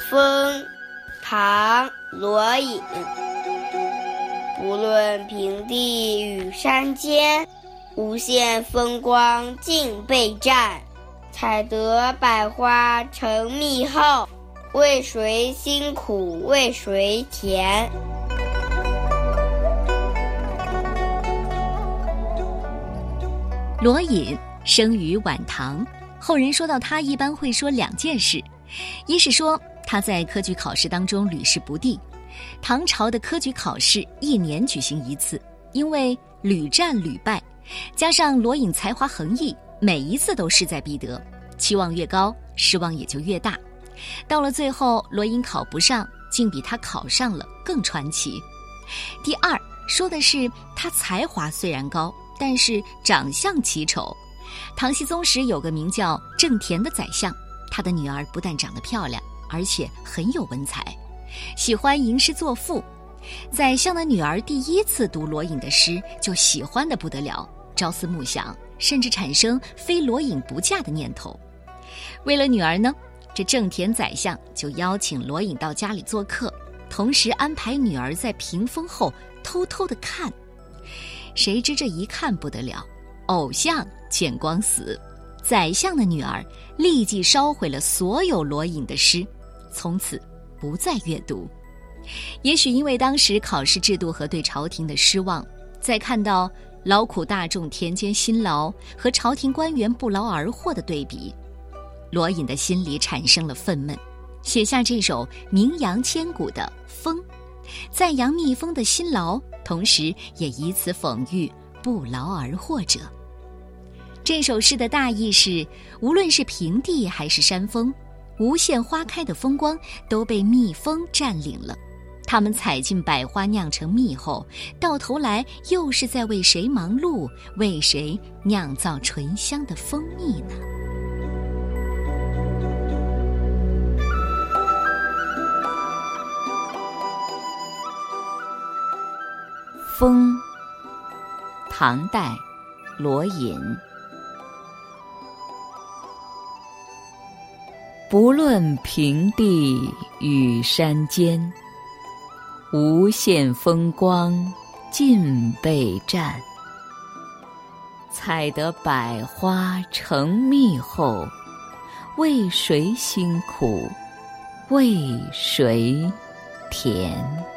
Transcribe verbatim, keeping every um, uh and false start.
风，唐·罗隐。不论平地与山尖，无限风光尽被占。采得百花成蜜后，为谁辛苦为谁甜。 罗隐生于晚唐，后人说到他一般会说两件事，一是说他在科举考试当中屡试不第，唐朝的科举考试一年举行一次，因为屡战屡败，加上罗隐才华横溢，每一次都势在必得，期望越高，失望也就越大。到了最后，罗隐考不上，竟比他考上了更传奇。第二，说的是他才华虽然高，但是长相奇丑。唐僖宗时有个名叫郑田的宰相，他的女儿不但长得漂亮，而且很有文采，喜欢吟诗作赋。宰相的女儿第一次读罗隐的诗，就喜欢得不得了，朝思暮想，甚至产生非罗隐不嫁的念头。为了女儿呢，这郑田宰相就邀请罗隐到家里做客，同时安排女儿在屏风后偷偷地看。谁知这一看不得了，偶像见光死，宰相的女儿立即烧毁了所有罗隐的诗，从此不再阅读。也许因为当时考试制度和对朝廷的失望，再看到劳苦大众田间辛劳和朝廷官员不劳而获的对比，罗隐的心里产生了愤懑，写下这首名扬千古的《风》，赞扬蜜蜂的辛劳，同时也以此讽喻不劳而获者。这首诗的大意是，无论是平地还是山峰，无限花开的风光都被蜜蜂占领了。它们采尽百花酿成蜜后，到头来又是在为谁忙碌，为谁酿造醇香的蜂蜜呢？ 风，唐代，罗隐。不论平地与山尖，无限风光尽被占。采得百花成蜜后，为谁辛苦为谁甜。